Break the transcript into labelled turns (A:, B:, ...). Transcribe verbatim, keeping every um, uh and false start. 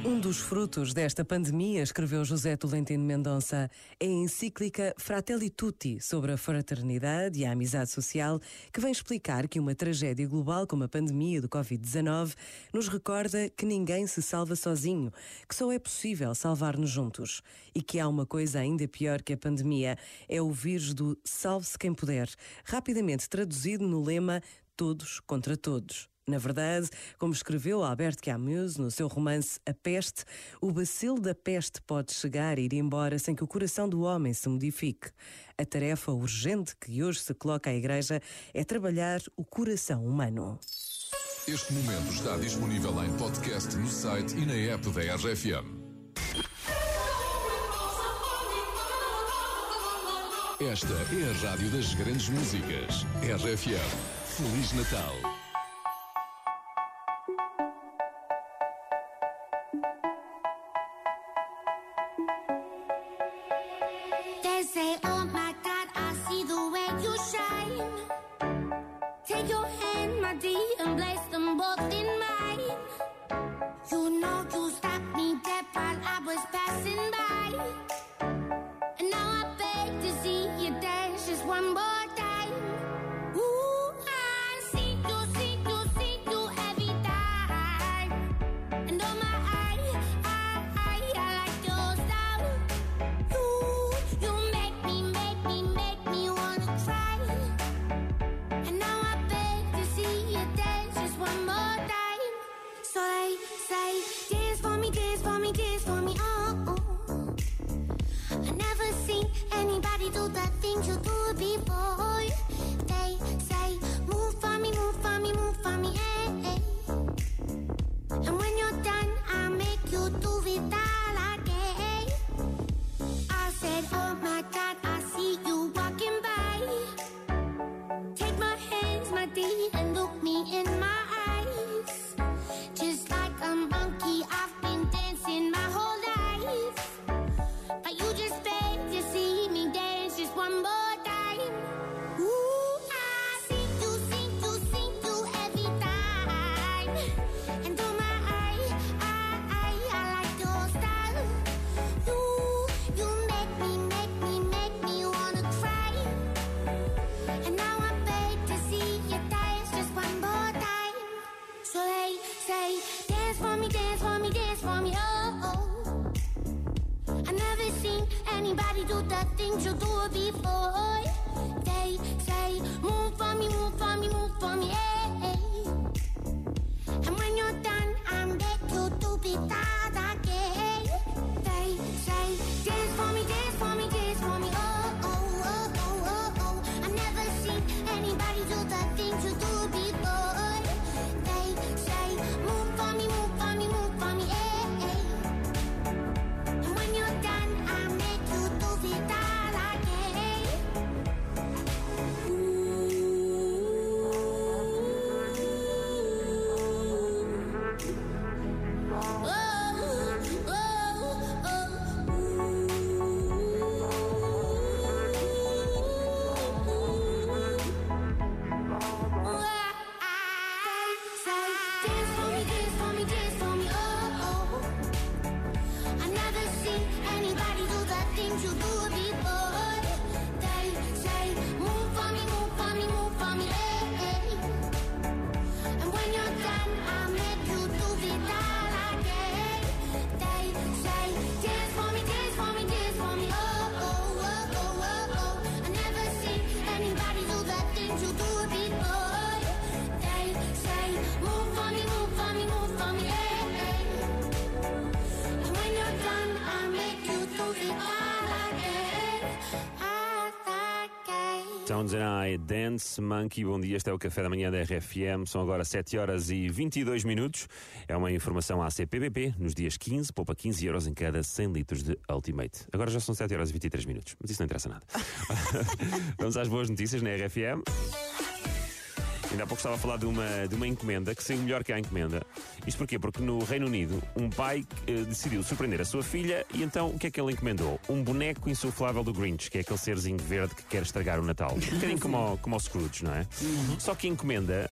A: Um dos frutos desta pandemia, escreveu José Tolentino Mendonça, é a encíclica Fratelli Tutti sobre a fraternidade e a amizade social, que vem explicar que uma tragédia global como a pandemia do covid dezanove nos recorda que ninguém se salva sozinho, que só é possível salvar-nos juntos e que há uma coisa ainda pior que a pandemia, é o vírus do salve-se quem puder, rapidamente traduzido no lema todos contra todos. Na verdade, como escreveu Albert Camus no seu romance A Peste, o bacilo da peste pode chegar e ir embora sem que o coração do homem se modifique. A tarefa urgente que hoje se coloca à Igreja é trabalhar o coração humano.
B: Este momento está disponível em podcast no site e na app da R F M. Esta é a rádio das grandes músicas. R F M. Feliz Natal.
C: They say, oh my God, I see the way you shine. Take your hand, my dear, and place them both in mine. You know you stopped me dead while I was passing by. And now I beg to see you dance just one more time. Ooh, I see you, see you, see you every time. And oh my, I, I, I, I like your style. You, you make me, make me, make me wanna cry. And now I beg to see you dance just one more time. So they say, dance for me, dance for me, dance for me, oh, oh. I never seen anybody do the things you do before. They say, move for me, move for me, move for me, eh, eh. And when you're done, I'll make you do it all again. I said, oh my God, I see you walking by. Take my hands, my dear, and look me in my eyes. Just like a monkey, I've been dancing my whole life. But you just beg to see me dance just one more time. Ooh, I see you, see you, see you every time. And oh my, I, I, I, I like your style. You, you make me, make me, make me wanna cry. And now I beg to see you dance just one more time. So they say, dance for me, dance for me, dance for me, oh, oh. I never seen anybody do the things you do before. They say, move for me, move for me, move for me, eh, eh. And when you're done, I'll make you do it all again. They say, dance for me, dance for me, dance for me, oh, oh, oh, oh, oh, oh. I never seen anybody do the things you do before. They say, move for me, move for me, move for me, eh, eh. And when you're done, I'll make you do it all again. Ooh. Oh, oh, oh, ooh. Say, dance for me, dance for me, dance for me, oh, oh. I never seen anybody do the things you do before. They say, move for me, move for me, move for me, eh, eh. And when you're done, I'll make you do it all again. They say, dance for me, dance for me, dance for me, oh, oh, oh, oh, oh, oh. I never seen anybody do the things you do before. They say, move for me, move for me, move for me, eh, eh. And when you're done, I'll make you do it all again, all again.
D: Towns and I, Dance Monkey. Bom dia, este é o Café da Manhã da R F M. São agora sete horas e vinte e dois minutos. É uma informação A C P B P. Nos dias quinze, poupa quinze euros em cada cem litros de Ultimate. Agora já são sete horas e vinte e três minutos, mas isso não interessa nada. Vamos às boas notícias na R F M. Ainda há pouco estava a falar de uma, de uma encomenda que saiu melhor que a encomenda. Isto porquê? Porque no Reino Unido um pai eh, decidiu surpreender a sua filha e então o que é que ele encomendou? Um boneco insuflável do Grinch, que é aquele serzinho verde que quer estragar o Natal. Um bocadinho como, ao, como ao Scrooge, não é? Uhum. Só que a encomenda